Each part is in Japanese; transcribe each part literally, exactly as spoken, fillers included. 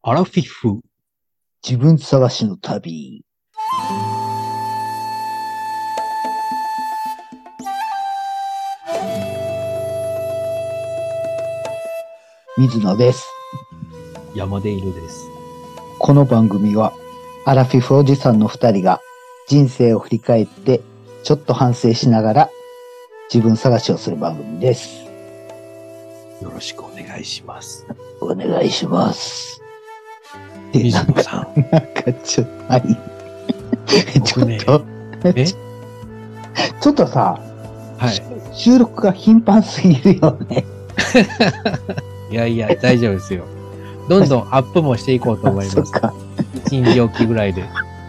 アラフィフ。 自分探しの旅。水野です。 山出犬です。 この番組はアラフィフおじさんの二人が人生を振り返ってちょっと反省しながら自分探しをする番組です。 よろしくお願いします。 お願いします。 水野さん。 なんかちょっと、はい。ちょね、 っと、えちょっとさ、はい、収録が頻繁すぎるよね。 いやいや、大丈夫ですよ。どんどんアップもしていこうと思います。そっか。いちにちおきぐらいで。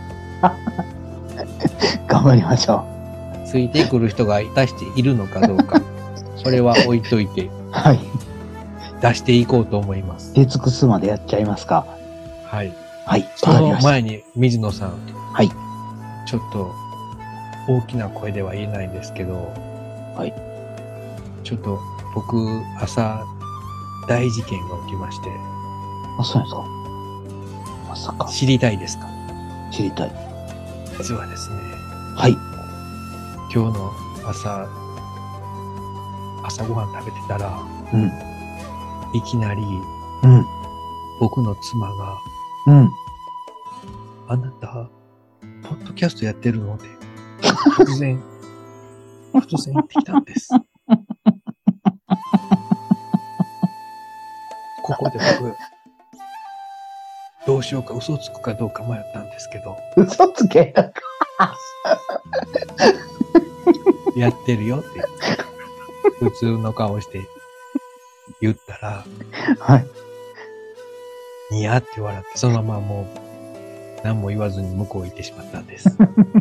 頑張りましょう。ついてくる人が出しているのかどうか、それは置いといて。 はい。 出していこうと思います。 出尽くすまでやっちゃいますか。 はい。 はい。 その前に、水野さん。 はい。 ちょっと、大きな声では言えないんですけど。 はい。 ちょっと、僕、朝、大事件が起きまして。 あ、そうですか。まさか。 知りたいですか？ 知りたい。 実はですね。 はい。 今日の朝、朝ごはん食べてたら、 うん。 いきなり、 うん。 僕の妻が、 うん。 あなた、ポッドキャストやってるので、突然、突然言ってきたんです。ここで僕、どうしようか嘘つくかどうか迷ったんですけど。 嘘つけやってるよって、普通の顔して言ったら、 はい。 にやって笑って、そのままもう、何も言わずに向こう行ってしまったんです。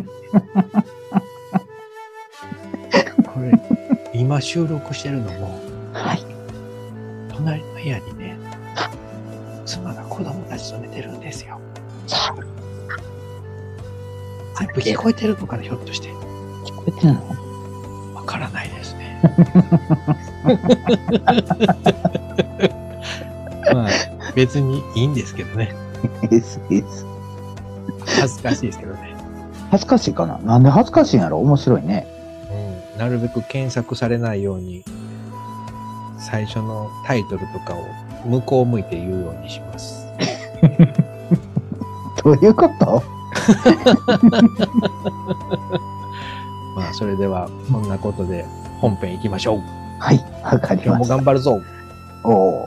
これ、今収録してるのも、 はい。 隣の部屋にね、妻が子供たちと寝てるんですよ。全部聞こえてるのかな、ひょっとして。 聞こえてるの？ わからないですね。まあ、別にいいんですけどね。 いいです、いいです。 恥ずかしいですけどね。 恥ずかしいかな？なんで恥ずかしいんやろ？面白いね。 うん。なるべく検索されないように、最初のタイトルとかを向こう向いて言うようにします。 どういうこと？ まあ、それでは、そんなことで本編行きましょう。 はい、わかりました。 今日も頑張るぞ。 おー。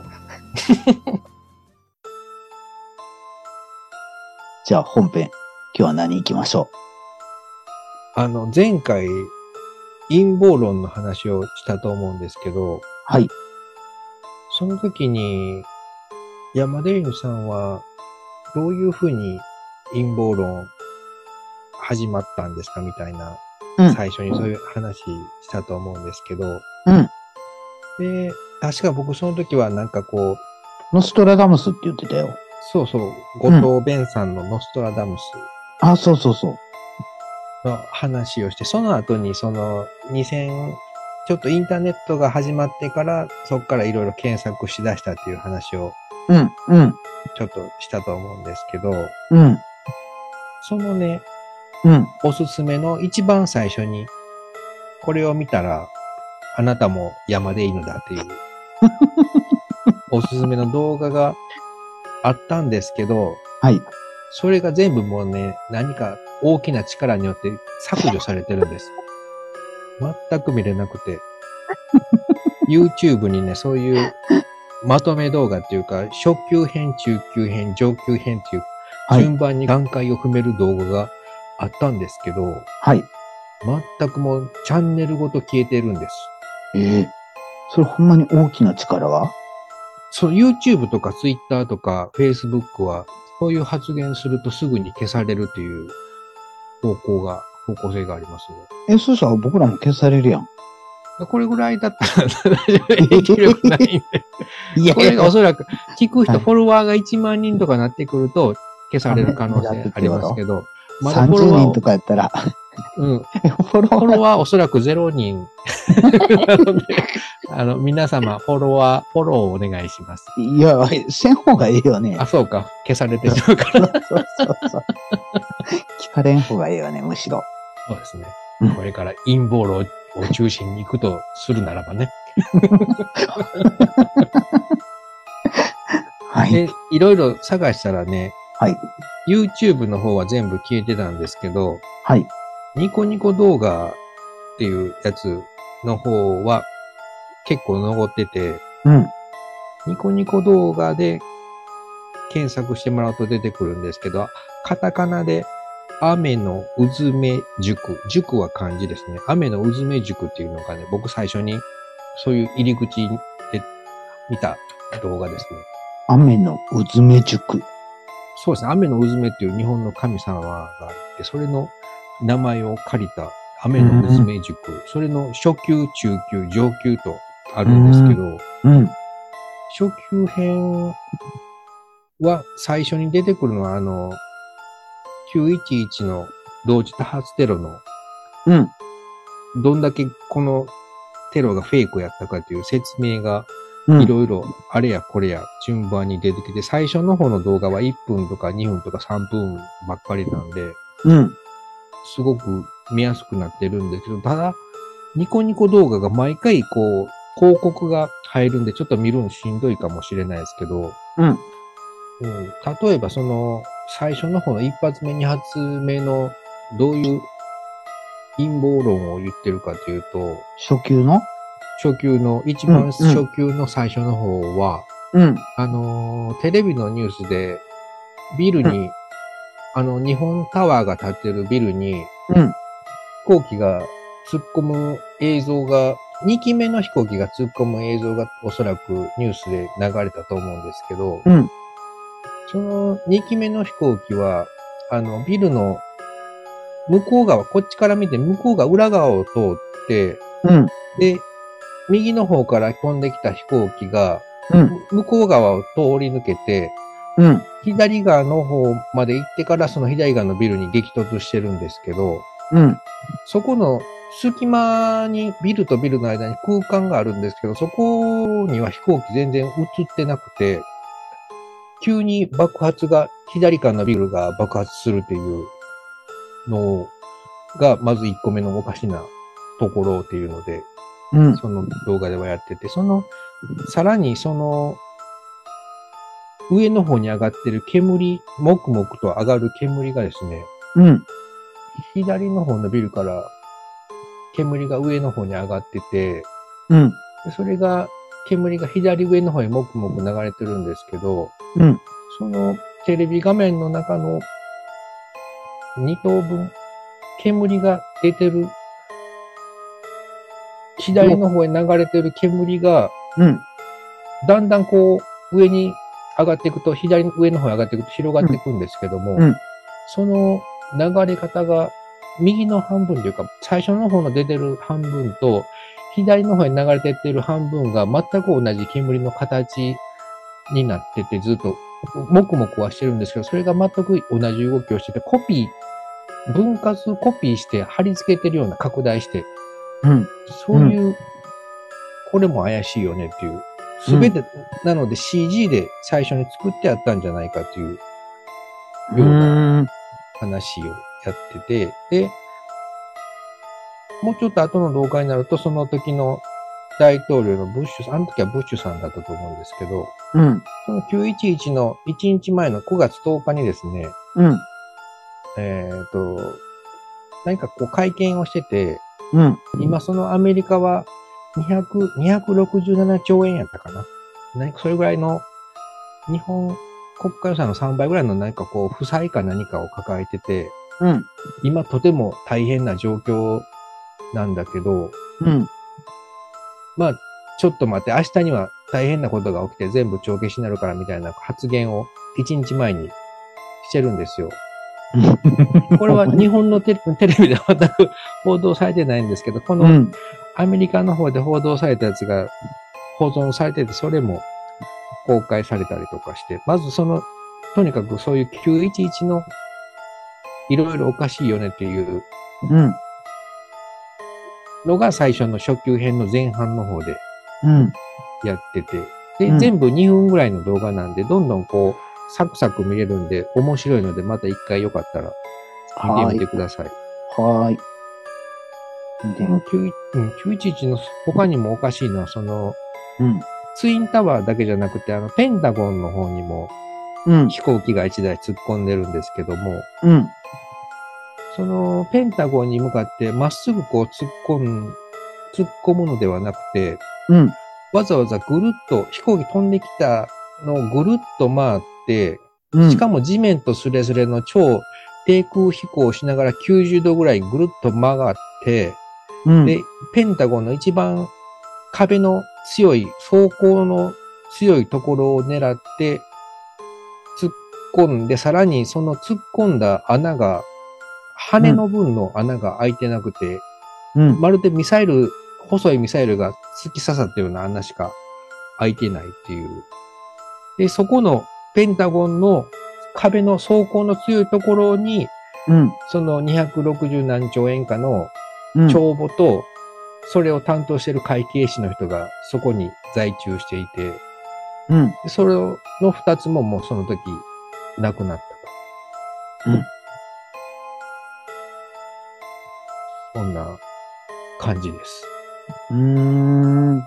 じゃあ本編、今日は何行きましょう。あの、前回、陰謀論の話をしたと思うんですけど、 はい。 その時に、山出犬さんは、どういうふうに陰謀論始まったんですかみたいな、うん、最初にそういう話したと思うんですけど、 うん。 で、確か僕その時はなんかこう、 ノストラダムスって言ってたよ。 そうそう、後藤弁さんのノストラダムス。 うん、あ、そうそうそう。 の話をして、その後にそのにせん、ちょっとインターネットが始まってから、そこからいろいろ検索しだしたっていう話を、 うん、うん。 ちょっとしたと思うんですけど、 うん。 そのね、 うん。 おすすめの一番最初に、これを見たら、あなたも山で犬だっていう、おすすめの動画があったんですけど、 はい。 それが全部もうね、何か大きな力によって削除されてるんです。全く見れなくて。YouTube にね、そういうまとめ動画っていうか、初級編、中級編、上級編っていう、順番に段階を踏める動画があったんですけど、 はい。 全くもうチャンネルごと消えてるんです。 ええー、それほんまに大きな力は？ そう、YouTube とか Twitter とか Facebook は、そういう発言するとすぐに消されるという方向が、方向性がありますね。 え、そしたら僕らも消されるやん。 これぐらいだったら影響力ないんで。いやこれがおそらく、聞く人、はい、フォロワーがいちまんにんとかなってくると、消される可能性ありますけど、 まだフォロワーさんじゅうにんとかやったら。 うん。 フォロフォロワー、 ワーおそらくゼロにん。なので、あの、皆様、フォロワー、フォローをお願いします。 いや、せん方がいいよね。 あ、そうか。消されてしまうから。 そうそうそう。聞かれん方がいいよね、むしろ。 そうですね。 うんこれから陰謀論を中心に行くとするならばね。 はい。 で、いろいろ探したらね、 はい。 YouTube の方は全部消えてたんですけど、 はい。 ニコニコ動画っていうやつの方は結構残ってて、 うん。 ニコニコ動画で検索してもらうと出てくるんですけど、カタカナで雨のうずめ塾。塾は漢字ですね。雨のうずめ塾っていうのがね、僕最初にそういう入り口で見た動画ですね。 雨のうずめ塾。 そうですね。雨のうずめっていう日本の神様があって、それの名前を借りた雨のうずめ塾。それの初級、中級、上級とあるんですけど、 うん。 初級編は最初に出てくるのはあの、きゅういちいちの同時多発テロのうん。 どんだけこのテロがフェイクやったかという説明がうん。 いろいろあれやこれや順番に出てきて、最初の方の動画はいっぷんとかにふんとかさんぷんばっかりなんで、 うん。 すごく見やすくなってるんですけど、ただ、ニコニコ動画が毎回こう、広告が入るんでちょっと見るのしんどいかもしれないですけど、 うん。 うん、例えばその、最初の方の一発目、二発目のどういう陰謀論を言ってるかというと、 初級の初級の、一番初級の最初の方は、 うん。 あのー、テレビのニュースで、ビルに、あの、日本タワーが建ってるビルに、 うん。 飛行機が突っ込む映像が、にきめの飛行機が突っ込む映像がおそらくニュースで流れたと思うんですけど、 うん。 そのにきめの飛行機は、あの、ビルの向こう側、こっちから見て向こうが裏側を通って、 うん。 で、右の方から飛んできた飛行機が、 うん。 向こう側を通り抜けて、 うん。 左側の方まで行ってからその左側のビルに激突してるんですけど、 うん。 そこの隙間にビルとビルの間に空間があるんですけど、そこには飛行機全然映ってなくて、急に爆発が、左側のビルが爆発するっていうのが、まずいっこめのおかしなところっていうので、 うん。 その動画ではやってて、その、さらにその、上の方に上がってる煙、もくもくと上がる煙がですね、 うん。 左の方のビルから煙が上の方に上がってて、 うん。 でそれが、煙が左上の方にもくもく流れてるんですけど、 うん。 そのテレビ画面の中のに等分、煙が出てる、左の方へ流れてる煙が、 うん。 だんだんこう、上に上がっていくと、左の上の方に上がっていくと広がっていくんですけども、 うん。 その流れ方が、右の半分というか、最初の方の出てる半分と、左の方に流れてってる半分が全く同じ煙の形になってて、ずっと、もくもくはしてるんですけど、それが全く同じ動きをしてて、コピー、分割コピーして貼り付けてるような拡大して、 うん。 そういう、これも怪しいよねっていう、すべて、なので シージー で最初に作ってあったんじゃないかっていうような話をやってて、で、もうちょっと後の動画になると、その時の大統領のブッシュさん、あの時はブッシュさんだったと思うんですけど、 うん。 そのきゅういちいちのいちにちまえのくがつとおかにですね、 うん。 えっと、何かこう会見をしてて、 うん。 今そのアメリカはにひゃく、にひゃくろくじゅうななちょうえんやったかな。何かそれぐらいの日本国家予算のさんばいぐらいの何かこう負債か何かを抱えてて、 うん。 今とても大変な状況なんだけど、 うん。 まあ、ちょっと待って、明日には大変なことが起きて全部帳消しになるからみたいな発言をいちにちまえにしてるんですよ。これは日本のテレテレビでは全く報道されてないんですけど、このアメリカの方で報道されたやつが保存されてて、それも公開されたりとかして、まずその、とにかくそういうきゅういちいちのいろいろおかしいよねっていううん。 のが最初の初級編の前半の方でうん。 やってて、で、 うん全部にふんぐらいの動画なんで、どんどんこう、サクサク見れるんで、面白いので、また一回よかったら見てみてください。 はーい。で、 このきゅういちいちの他にもおかしいのは、その、 うん。 ツインタワーだけじゃなくて、あの、ペンタゴンの方にもうん。 飛行機がいちだい突っ込んでるんですけども、 うん。 そのペンタゴンに向かってまっすぐこう突っ込む、突っ込むのではなくて、 うん。 わざわざぐるっと飛行機飛んできたのをぐるっと回って、 うん。 しかも地面とスレスレの超低空飛行をしながらきゅうじゅうどぐらいぐるっと曲がって、 うん。 で、ペンタゴンの一番壁の強い、走行の強いところを狙って突っ込んで、さらにその突っ込んだ穴が、羽の分の穴が開いてなくて、 うん。 まるでミサイル、細いミサイルが突き刺さったような穴しか開いてないっていう。で、そこのペンタゴンの壁の走行の強いところに、 うん。 そのにひゃくろくじゅう何兆円かのうん。 帳簿と、それを担当している会計士の人がそこに在中していて、 うん。 でそれの二つももうその時亡くなったと。 うん。 そんな感じです。 うーん。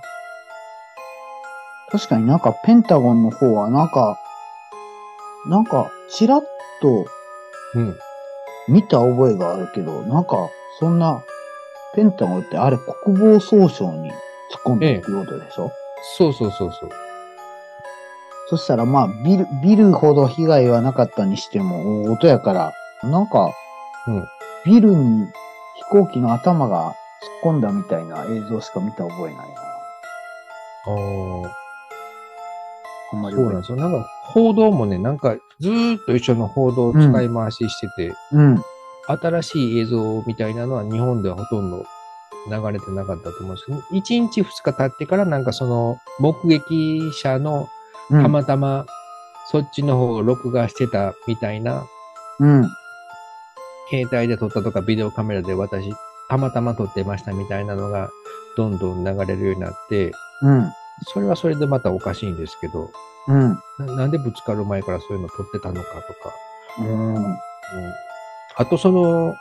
確かになんかペンタゴンの方はなんか、なんかちらっとうん。 見た覚えがあるけど、なんかそんな、ペンタゴンってあれ国防総省に突っ込んでいくことでしょ、 そうそうそうそう。 そしたらまあビル、ビルほど被害はなかったにしても大音やから、なんかうん。 ビルに飛行機の頭が突っ込んだみたいな映像しか見た覚えないな。 あーあんまり覚えそうなんですよ。なんか報道もね、なんかずーっと一緒の報道を使い回ししてて、 うん。 新しい映像みたいなのは日本ではほとんど流れてなかったと思うんですけど、いちにちふつか経ってからなんかその目撃者のうん。 たまたまそっちの方を録画してたみたいな、 うん。 携帯で撮ったとかビデオカメラで私たまたま撮ってましたみたいなのがどんどん流れるようになって、 うん。 それはそれでまたおかしいんですけど、 うん。 ななんでぶつかる前からそういうの撮ってたのかとか、 うん。 うん、あとその、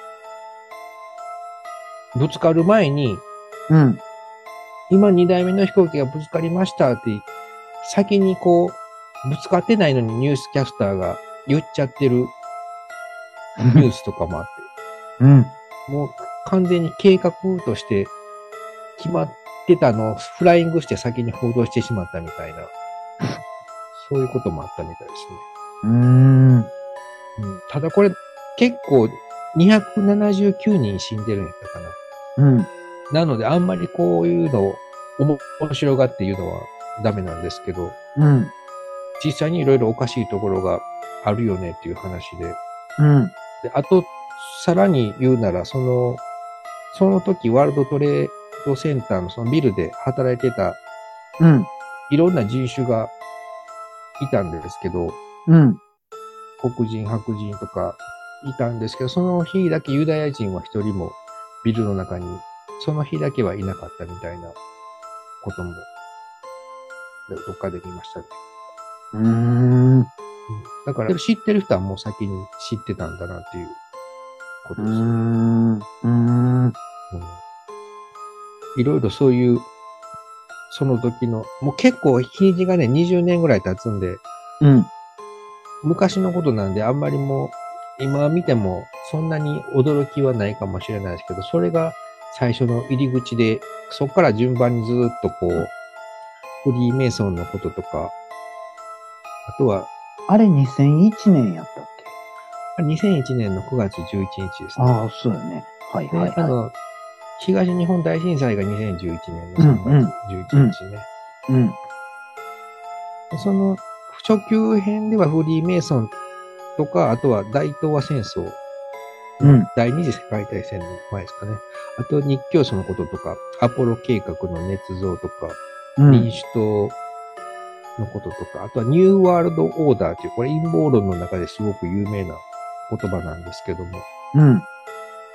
ぶつかる前に、 うん。 今にだいめの飛行機がぶつかりましたって、先にこう、ぶつかってないのにニュースキャスターが言っちゃってるニュースとかもあって、 うん。 もう完全に計画として決まってたのをフライングして先に報道してしまったみたいな、そういうこともあったみたいですね。 うーん。 うん、ただこれ結構にひゃくななじゅうきゅうにん死んでるんやったかな。 うん。 なのであんまりこういうのを面白がって言うのはダメなんですけど、 うん。 実際にいろいろおかしいところがあるよねっていう話で。 うん。 で、あと、さらに言うなら、その、その時ワールドトレードセンターのそのビルで働いてたうん。 いろんな人種がいたんですけど、 うん。 黒人、白人とかいたんですけど、その日だけユダヤ人は一人もビルの中に、その日だけはいなかったみたいなことも、どっかで見ましたね。 うーん。うだから知ってる人はもう先に知ってたんだなっていうことーですね。 ん。うーん。 うんいろいろそういう、その時の、もう結構日にちがね、にじゅうねんぐらい経つんで、 うん。 昔のことなんであんまりもう、今見てもそんなに驚きはないかもしれないですけど、それが最初の入り口で、そこから順番にずーっとこう、フリーメイソンのこととか、あとは、 あれにせんいちねんやったっけ？ にせんいちねんのくがつじゅういちにちですね。 ああ、そうよね。はいで、 はいはあの、東日本大震災がにせんじゅういちねんのさんがつじゅういちにちね。 い。うん。 でその初級編ではフリーメイソンとか、あとは大東亜戦争、 うん。 第二次世界大戦の前ですかね。あと日教祖のこととか、アポロ計画の捏造とか、 うん。 民主党のこととか、あとはニューワールドオーダーという、これ陰謀論の中ですごく有名な言葉なんですけども、 うん。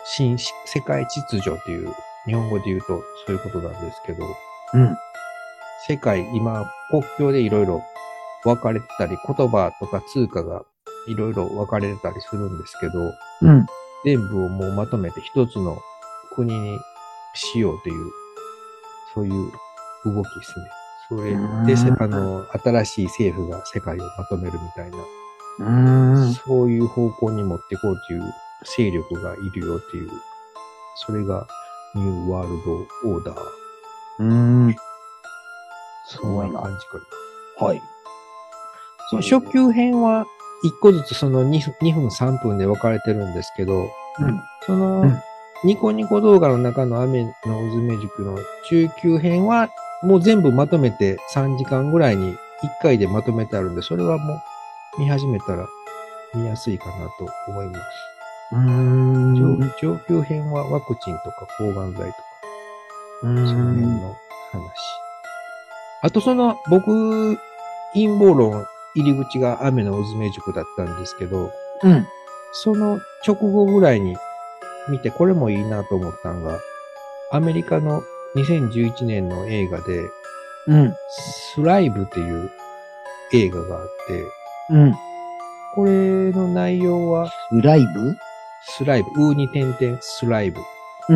新世界秩序っていう、日本語で言うとそういうことなんですけど、 うん。 世界、今、国境でいろいろ分かれてたり、言葉とか通貨がいろいろ分かれてたりするんですけど、 うん。 全部をもうまとめて一つの国にしようという、そういう動きですね。それで、せあの、新しい政府が世界をまとめるみたいな、 うーん。 そういう方向に持っていこうという勢力がいるよっていう、それがニューワールドオーダー。 うーん。すそごいな。 んな感じかな。 はい。 その初級編は一個ずつその 2, にふんさんぷんで分かれてるんですけど、 うん。 その、 うんニコニコ動画の中の雨のうずめ塾の中級編はもう全部まとめてさんじかんぐらいにいっかいでまとめてあるんで、それはもう見始めたら見やすいかなと思います。 うーん。う上、上級編はワクチンとか抗がん剤とか、 ーん。 その辺の話。あとその、僕、陰謀論入り口が雨のうずめ塾だったんですけど、 うん。 その直後ぐらいに見て、これもいいなと思ったのが、アメリカのにせんじゅういちねんの映画で、 うん。 スライブっていう映画があって、 うん。 これの内容は、 ライブスライブ、ウーに点々スライブ。 うん。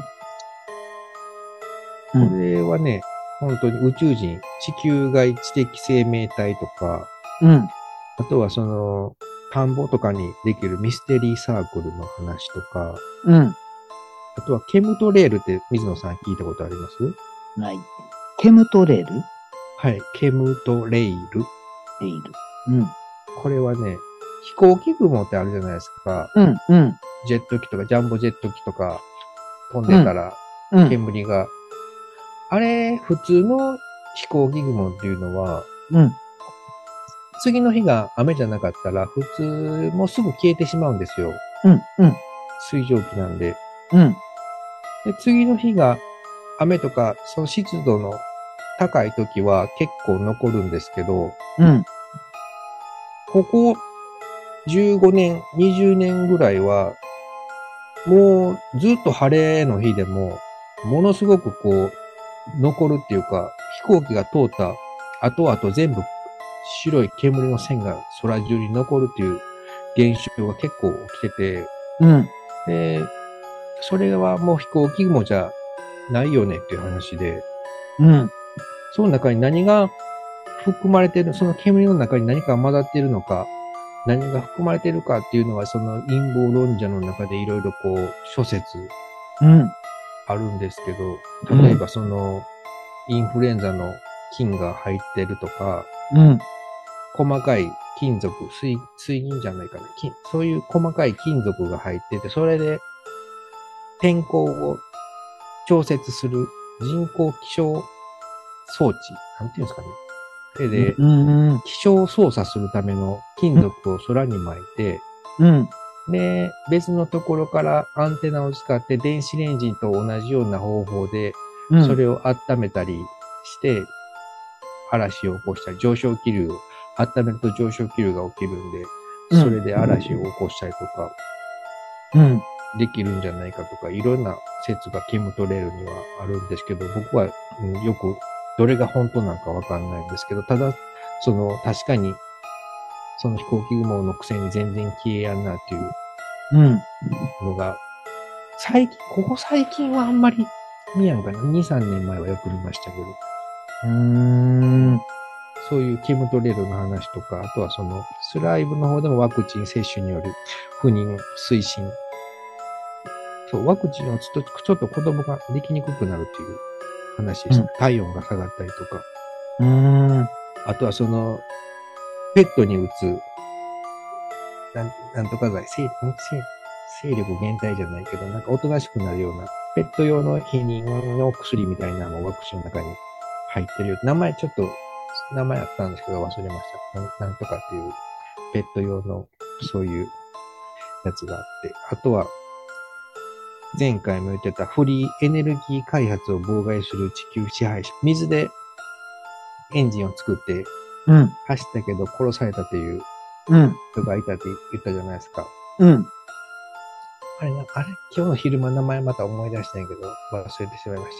これはね、本当に宇宙人、地球外知的生命体とか、 うん。 あとはその、田んぼとかにできるミステリーサークルの話とか、 うん。 あとはケムトレールって水野さん聞いたことあります？ ない。ケムトレールはい、ケムトレイル。 レイル。うん。 これはね、飛行機雲ってあるじゃないですか。 うん。うん。 ジェット機とか、ジャンボジェット機とか飛んでたら、 うん。 煙が。あれ、普通の飛行機雲っていうのは、 うん。 次の日が雨じゃなかったら、普通もうすぐ消えてしまうんですよ。 うん。うん。 水蒸気なんで。 うん。 で、次の日が雨とか、その湿度の高い時は結構残るんですけど、 うん。 ここじゅうごねん、にじゅうねんぐらいは、もうずっと晴れの日でも、ものすごくこう、残るっていうか、飛行機が通った後々全部白い煙の線が空中に残るっていう現象が結構起きてて、 うん。 で、それはもう飛行機雲じゃないよねっていう話で、 うん。 その中に何が含まれている、その煙の中に何か混ざっているのか、何が含まれているかっていうのは、その陰謀論者の中でいろいろこう、諸説うん。 あるんですけど、例えばその、インフルエンザの菌が入ってるとか、 うん。 細かい金属、水、水銀じゃないかな、金、そういう細かい金属が入ってて、それで天候を調節する人工気象装置、なんていうんですかね。それで、 うん。 気象操作するための金属を空に巻いて、 うん。 で、別のところからアンテナを使って電子レンジと同じような方法で、 うん。 それを温めたりして、嵐を起こしたり、上昇気流を、温めると上昇気流が起きるんで、 うんそれで嵐を起こしたりとか、 うん。 できるんじゃないかとか、いろんな説がケムトレールにはあるんですけど、僕は、うん、よくどれが本当なのかわかんないんですけど、ただ、その、確かに、その飛行機雲のくせに全然消えやんなっていううん。 のが、最近、ここ最近はあんまり見やんかな。に、さんねんまえはよく見ましたけど、 うーん。 そういうケムトレールの話とか、あとはその、スライブの方でもワクチン接種による不妊推進。そう、ワクチンを打つとちょっと子供ができにくくなるっていう話です。 うん。 体温が下がったりとか。 うーん。 あとはその、ペットに打つ、なん、なんとか剤、精、精、精力減退じゃないけど、なんかおとなしくなるような、ペット用の避妊の薬みたいなのもワクチンの中に入ってるよ。名前ちょっと、名前あったんですけど忘れました。なん、なんとかっていう、ペット用のそういうやつがあって。あとは、前回も言ってたフリーエネルギー開発を妨害する地球支配者。水でエンジンを作ってうん。 走ったけど殺されたといううん。 人がいたって言ったじゃないですか。 うん。 あれな、あれ今日の昼間名前また思い出したんやけど、忘れてしまいました。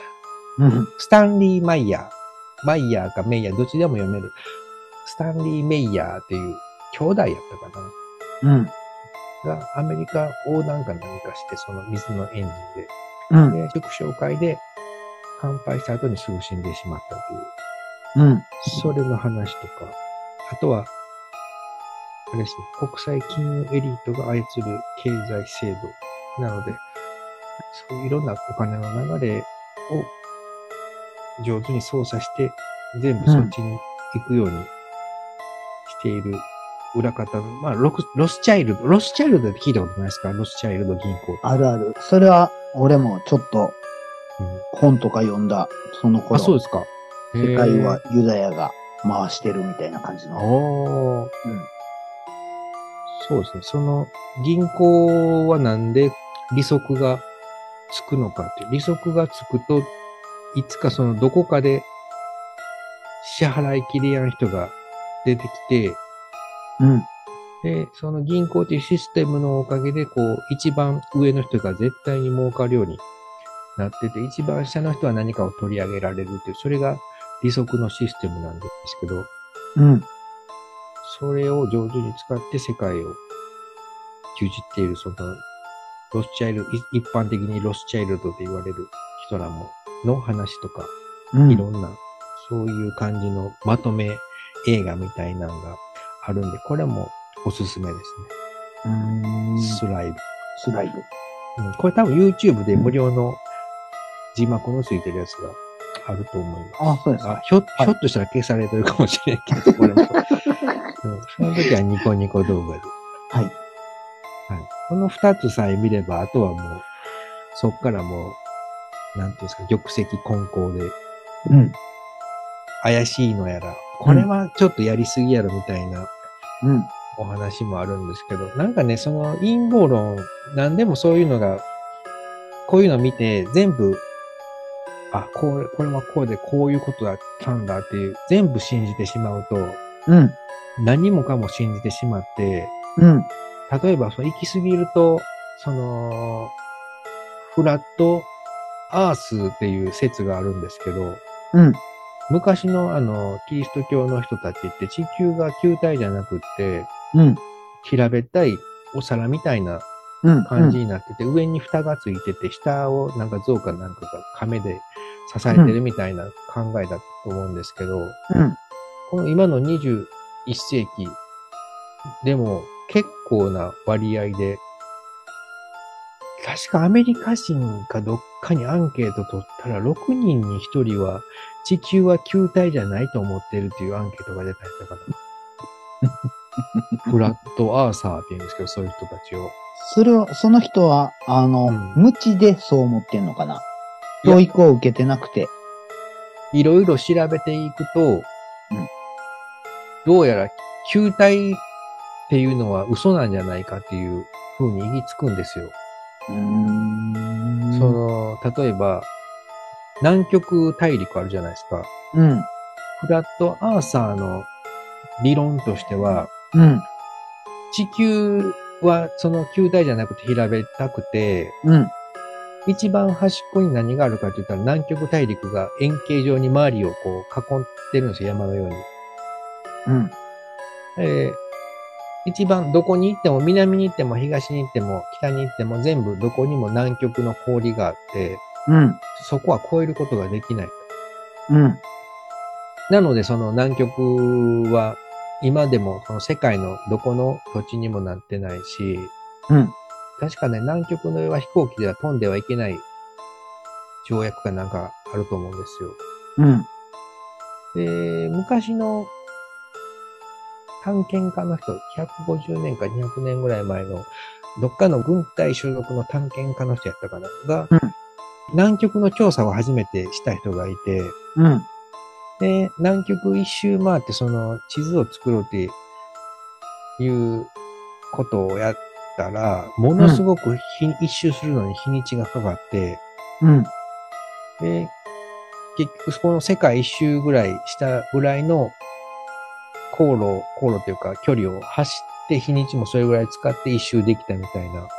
うん。 スタンリー・マイヤー。マイヤーかメイヤー、どっちでも読める。スタンリー・メイヤーっていう兄弟やったかな。 うん。 が、アメリカ横断か何かして、その水のエンジンで。 うん。 で、祝勝会で乾杯した後にすぐ死んでしまったという。 うん。 それの話とか、あとは、あれですね、国際金融エリートが操る経済制度なので、そういういろんなお金の流れを上手に操作して、全部そっちに行くようにしている裏方の、まあロク、ロスチャイルド、ロスチャイルドって聞いたことないですか？ロスチャイルド銀行って。 あるある。それは、俺もちょっとうん本とか読んだ、その頃。 あ、そうですか。 世界はユダヤが回してるみたいな感じの。 おー。 うん。 そうですね。その銀行はなんで利息がつくのかっていう。利息がつくと、いつかそのどこかで支払いきれやん人が出てきて、 うん。 で、その銀行というシステムのおかげで、こう、一番上の人が絶対に儲かるようになってて、一番下の人は何かを取り上げられるという、それが利息のシステムなんですけど、 うん。 それを上手に使って世界を牛耳っている、その、ロスチャイルド、一般的にロスチャイルドと言われる人らも、の話とか、 うん。 いろんな、そういう感じのまとめ映画みたいなのがあるんで、これもおすすめですうーんね。スライド。 スライド。 うん、これ多分 YouTube で無料の字幕のついてるやつがあると思います。 あ、そうですか。 あひょ、ひょっとしたら消されてるかもしれんけど、これも。うん、その時はニコニコ動画で。 はい。 はい。この二つさえ見れば、あとはもう、そっからもう、なんていうんですか、玉石混交で、 うん。 怪しいのやら、これはちょっとやりすぎやろみたいなうん。 お話もあるんですけど、なんかね、その陰謀論、なんでもそういうのが、こういうの見て、全部、あ、こう、これはこうで、こういうことだったんだっていう、全部信じてしまうと、 うん。 何もかも信じてしまって、 うん。 例えば、その行き過ぎると、その、フラットアースっていう説があるんですけど、 うん。 昔のあの、キリスト教の人たちって地球が球体じゃなくって、 うん。 平べったいお皿みたいなうん。 感じになってて、上に蓋がついてて、下をなんか象かなんかが亀で支えてるみたいな考えだと思うんですけど、 うん。 この今のにじゅういっ世紀でも結構な割合で、確かアメリカ人かどっかにアンケート取ったらろくにんにひとりは地球は球体じゃないと思ってるっていうアンケートが出たりとかな。フラットアーサーって言うんですけど、そういう人たちを。 それは、その人は、あの、 うん無知でそう思ってんのかな？教育を受けてなくて。 いろいろ調べていくと、 うんどうやら球体っていうのは嘘なんじゃないかっていう風に行き着くんですよ。 うーん。 その、例えば、南極大陸あるじゃないですか。 うん。 フラットアーサーの理論としては、 うん。 地球はその球体じゃなくて平べったくて、 うん。 一番端っこに何があるかって言ったら南極大陸が円形状に周りをこう囲ってるんですよ、山のように。 うん。 えー一番どこに行っても南に行っても東に行っても北に行っても全部どこにも南極の氷があって、 うん。 そこは越えることができない。 うん。 なのでその南極は今でもその世界のどこの土地にもなってないし、 うん。 確かね、南極の上は飛行機では飛んではいけない条約かなんかあると思うんですよ。 うん。 で、昔の探検家の人、ひゃくごじゅうねんかにひゃくねんぐらい前の、どっかの軍隊所属の探検家の人やったかなが、 うん南極の調査を初めてした人がいて、 うん。 で、南極一周回ってその地図を作ろうっていうことをやったら、ものすごく日、一周するのに日にちがかかって、 うん。 で、結局そこの世界一周ぐらいしたぐらいの航路、航路というか距離を走って日にちもそれぐらい使って一周できたみたいな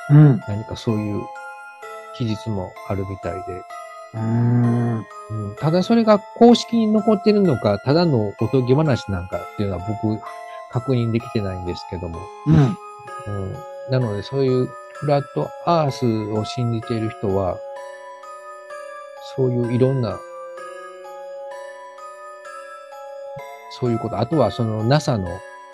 うん。 何かそういう記述もあるみたいで。 うーん。 うん、ただそれが公式に残ってるのか、ただのおとぎ話なんかっていうのは僕確認できてないんですけども。 うん。 うん、なのでそういうフラットアースを信じている人は、そういういろんな、そういうこと、あとはその ナサ の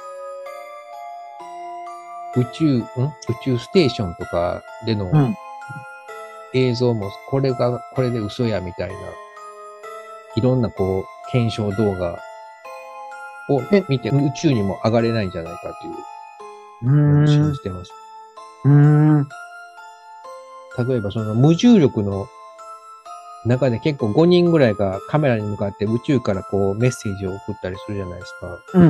宇宙、ん宇宙ステーションとかでのうん。 映像も、これが、これで嘘やみたいな、いろんなこう、検証動画を見て、宇宙にも上がれないんじゃないかといううのを信ーん。 じてます。 うーん。 例えばその無重力の中で結構ごにんぐらいがカメラに向かって宇宙からこうメッセージを送ったりするじゃないですか。 うん。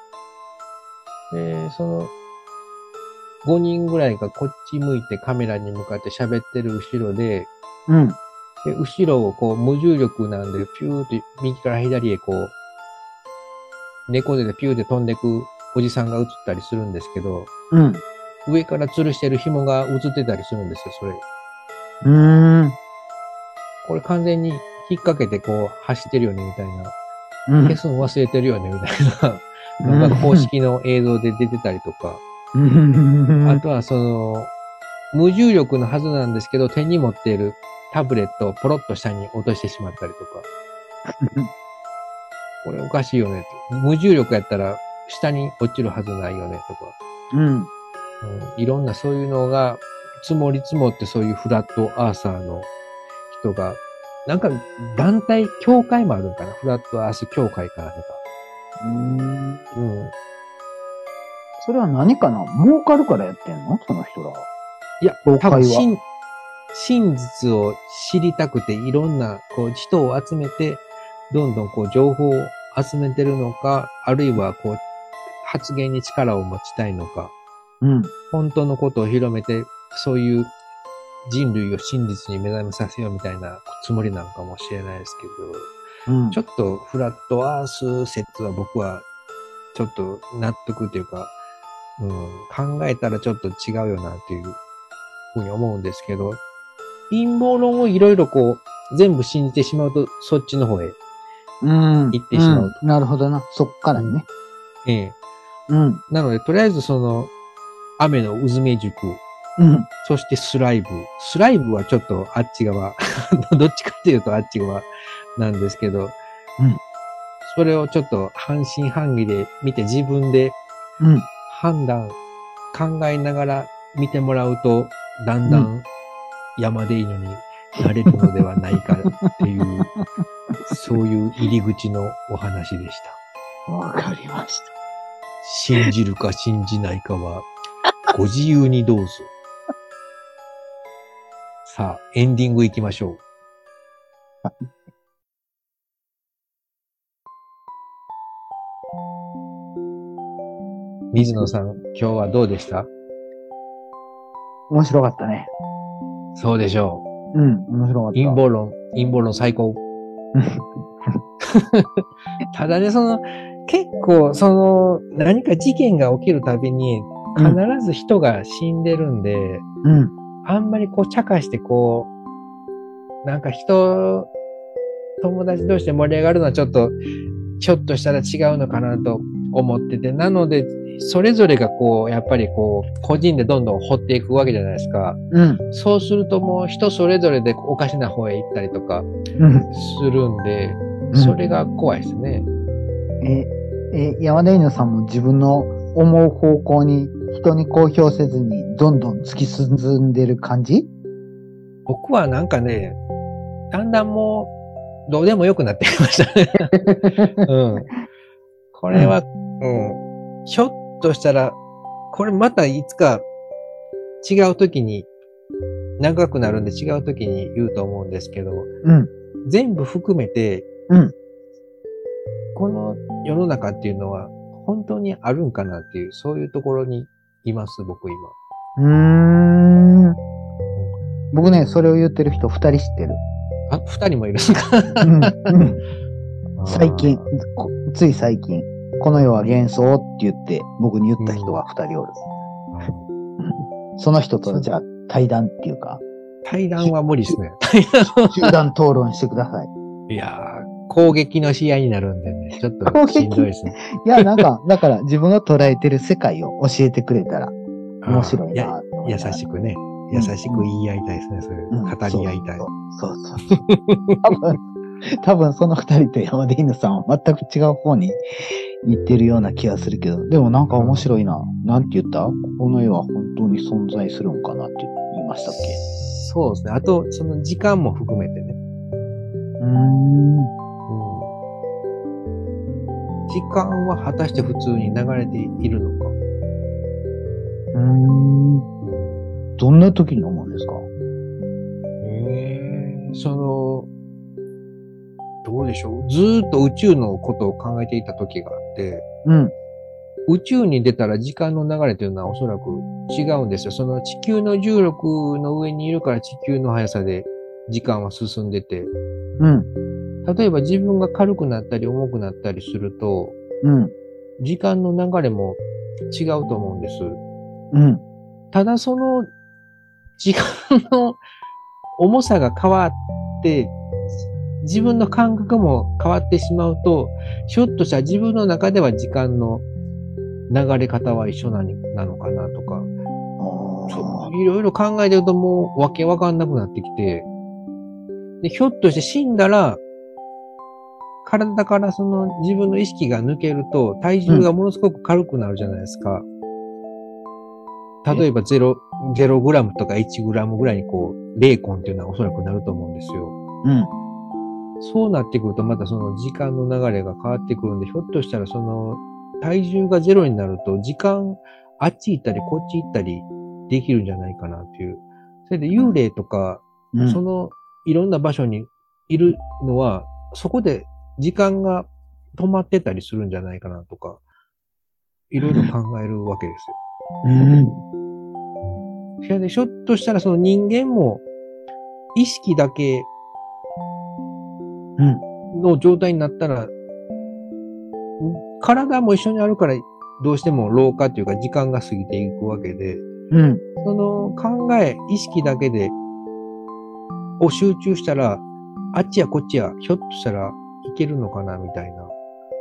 で、そのごにんぐらいがこっち向いてカメラに向かって喋ってる後ろで、 うん。 で後ろをこう無重力なんでピューって右から左へこう猫背でピューって飛んでくおじさんが映ったりするんですけど、 うん。 上から吊るしてる紐が映ってたりするんですよ、それ。 うーん。 これ完全に引っ掛けてこう走ってるよね、みたいな。 うん。 消すの忘れてるよね、みたいなのが公式の映像で出てたりとか。 うん。 あとはその、無重力のはずなんですけど、手に持っているタブレットをポロッと下に落としてしまったりとか。これおかしいよねと。無重力やったら下に落ちるはずないよねとか。 うん。 うん、いろんなそういうのが積もり積もってそういうフラットアーサーの人が、なんか団体、協会もあるんかな。フラットアース協会かなんか。 うーん。 うん。 それは何かな儲かるからやってんのその人らは。 いや、 協会は多分真、真実を知りたくていろんなこう人を集めて、どんどんこう情報を集めてるのか、あるいはこう発言に力を持ちたいのか、 うん。 本当のことを広めて、そういう人類を真実に目覚めさせようみたいなつもりなのかもしれないですけど、 うん。 ちょっとフラットアース説は僕はちょっと納得というか、うん、考えたらちょっと違うよなっていうふうに思うんですけど、陰謀論をいろいろこう全部信じてしまうとそっちの方へうん。 行ってしまうと。 うん、なるほどな。そっからね。 ええ。 うん。 なので、とりあえずその、雨のうずめ塾、 うん。 そしてスライブ。スライブはちょっとあっち側。どっちかっていうとあっち側なんですけど、 うん。 それをちょっと半信半疑で見て自分でうん。 判断、考えながら見てもらうと、だんだん山で犬になれるのではないかっていう、そういう入り口のお話でした。 わかりました。 信じるか信じないかは、ご自由にどうぞ。さあ、エンディング行きましょう。水野さん、今日はどうでした？ 面白かったね。 そうでしょう。うん、面白かった。 陰謀論、陰謀論最高。ただね、その、結構、その、何か事件が起きるたびに、必ず人が死んでるんで、 うん。 あんまりこう、茶化してこう、なんか人、友達同士で盛り上がるのはちょっと、ちょっとしたら違うのかなと思ってて、なので、それぞれがこう、やっぱりこう、個人でどんどん掘っていくわけじゃないですか。 うん。 そうするともう人それぞれでおかしな方へ行ったりとかうん。 するんで、それが怖いですね。 え、え、山田犬さんも自分の思う方向に人に公表せずにどんどん突き進んでる感じ？ 僕はなんかね、だんだんもう、どうでもよくなってきましたね。うん。これは、うん。ひょっとしたら、これまたいつか違う時に、長くなるんで違う時に言うと思うんですけど、 うん。 全部含めて、 うん。 この世の中っていうのは本当にあるんかなっていう、そういうところにいます、僕今。 うーん。僕ね、それを言ってる人二人知ってる。 あ、二人もいるんですか？ うんうん最近、つい最近、この世は幻想って言って僕に言った人が二人おる。 その人とじゃあ対談っていうか。 対談は無理ですね。 集団討論してください。 いやー、攻撃の試合になるんでね、ちょっとしんどいですね。 いや、なんか、だから自分が捉えてる世界を教えてくれたら面白いなと思い優ながらしくね。優しく言い合いたいですね、それ。 うん語り合いたい。 そうそうそうそう。多分、多分その二人と山田犬さんは全く違う方に行ってるような気がするけど、でもなんか面白いな。なんて言った？この絵は本当に存在するんかなって言いましたっけ？ そうですね。あと、その時間も含めてね。 うーん。 うん時間は果たして普通に流れているのか。 うーん。どんな時に思うんですか？ ええその、どうでしょう。ずーっと宇宙のことを考えていた時があって、 うん。 宇宙に出たら時間の流れというのはおそらく違うんですよ。その地球の重力の上にいるから地球の速さで時間は進んでて、 うん。 例えば自分が軽くなったり重くなったりすると、 うん。 時間の流れも違うと思うんです。 うん。 ただその時間の重さが変わって、自分の感覚も変わってしまうと、ひょっとしたら自分の中では時間の流れ方は一緒なになのかなとか、そういろいろ考えてるともうわけわかんなくなってきて、で、ひょっとして死んだら、体からその自分の意識が抜けると体重がものすごく軽くなるじゃないですか。うん、例えばゼロ、ゼログラムとかいちグラムぐらいにこう、ベーコンっていうのはおそらくなると思うんですよ。 うん。 そうなってくるとまたその時間の流れが変わってくるんで、ひょっとしたらその体重がゼロになると時間あっち行ったりこっち行ったりできるんじゃないかなっていう。それで幽霊とか、 うん、 そのいろんな場所にいるのは、そこで時間が止まってたりするんじゃないかなとか、いろいろ考えるわけですよ。 うん。 それでひょっとしたらその人間も意識だけの状態になったら、体も一緒にあるからどうしても老化というか時間が過ぎていくわけで、 うん、 その考え、意識だけでを集中したら、あっちやこっちやひょっとしたらいけるのかなみたいな。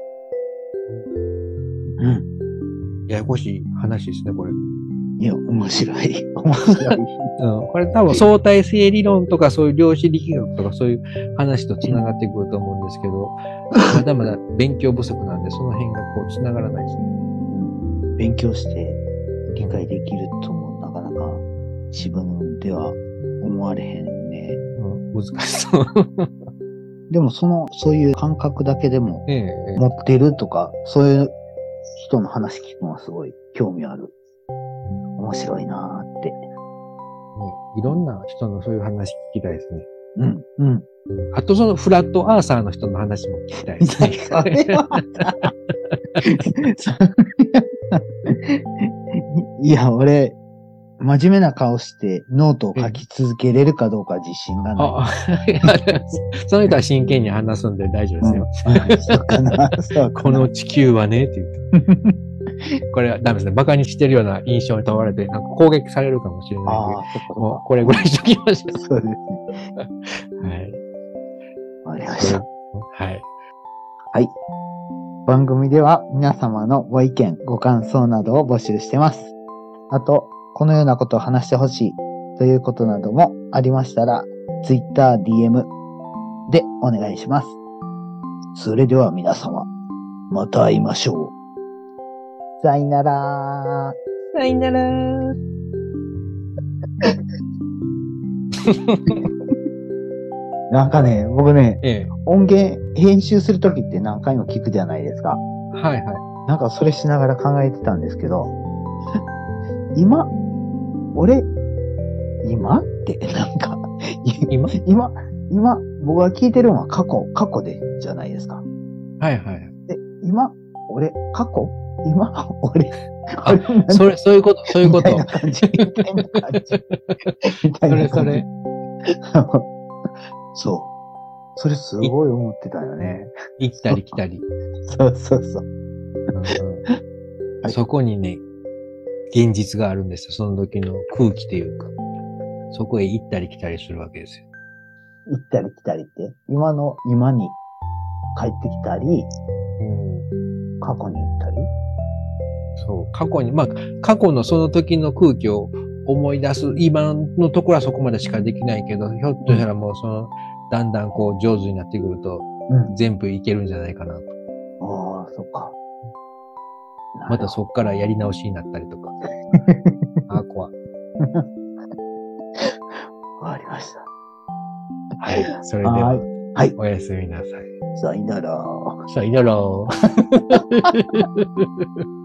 うん。 ややこしい話ですね、これ。 いや、面白い。面白い。 うん、これ多分相対性理論とかそういう量子力学とかそういう話と繋がってくると思うんですけど、まだまだ勉強不足なんでその辺がこう繋がらないですね。 うん、勉強して理解できるともなかなか自分では思われへんね。 うん、難しそう。 でもその、そういう感覚だけでもええ、 持ってるとか、そういう人の話聞くのはすごい興味ある。面白いなーって。 ね。いろんな人のそういう話聞きたいですね。 うん、うん。 あとそのフラットアーサーの人の話も聞きたいですね。 それはいや、俺、真面目な顔してノートを書き続けれるかどうか自信がない。 あその人は真剣に話すんで大丈夫ですよ。 うん、そうかな。そうかな。 この地球はね、って言って。これはダメですね。馬鹿にしてるような印象に問われて、なんか攻撃されるかもしれないああ、 ので、 そっか。 もうこれぐらいしときましょう。 そうですね。 はい。 わかりました。 はい。 はい。番組では皆様のご意見、ご感想などを募集してます。あと、このようなことを話してほしいということなどもありましたら、Twitter、ディーエム でお願いします。それでは皆様、また会いましょう。さよなら。 さよなら。 なんかね、僕ね、 ええ、 音源編集するときって何回も聞くじゃないですか。 はいはなんかそれしながら考えてたんですけど、今、俺、今って、なんか、 今今、今、僕が聞いてるのは過去、過去で、じゃないですか。 い。はいはい。 で、今、俺、過去今、俺、 あ、それ、そういうこと、そういうこと。 みたいな感じ、みたいな感じ。みたいな感じ。 それそれ。 そう。それすごい思ってたよね。 行ったり来たり。 そうそうそう。 うんうんはいそこにね、 現実があるんですよ。その時の空気というか。そこへ行ったり来たりするわけですよ。 行ったり来たりって、今の今に帰ってきたり、 うん、 過去に行ったり。 そう、過去に、まあ、過去のその時の空気を思い出す、今のところはそこまでしかできないけど、ひょっとしたらもうその、だんだんこう上手になってくると、うん、全部いけるんじゃないかなと。 ああ、そっか。 またそっからやり直しになったりとか。ああ、怖い。 わかりました。 はい。それでは、はい。おやすみなさい。 さよなら。 さよなら。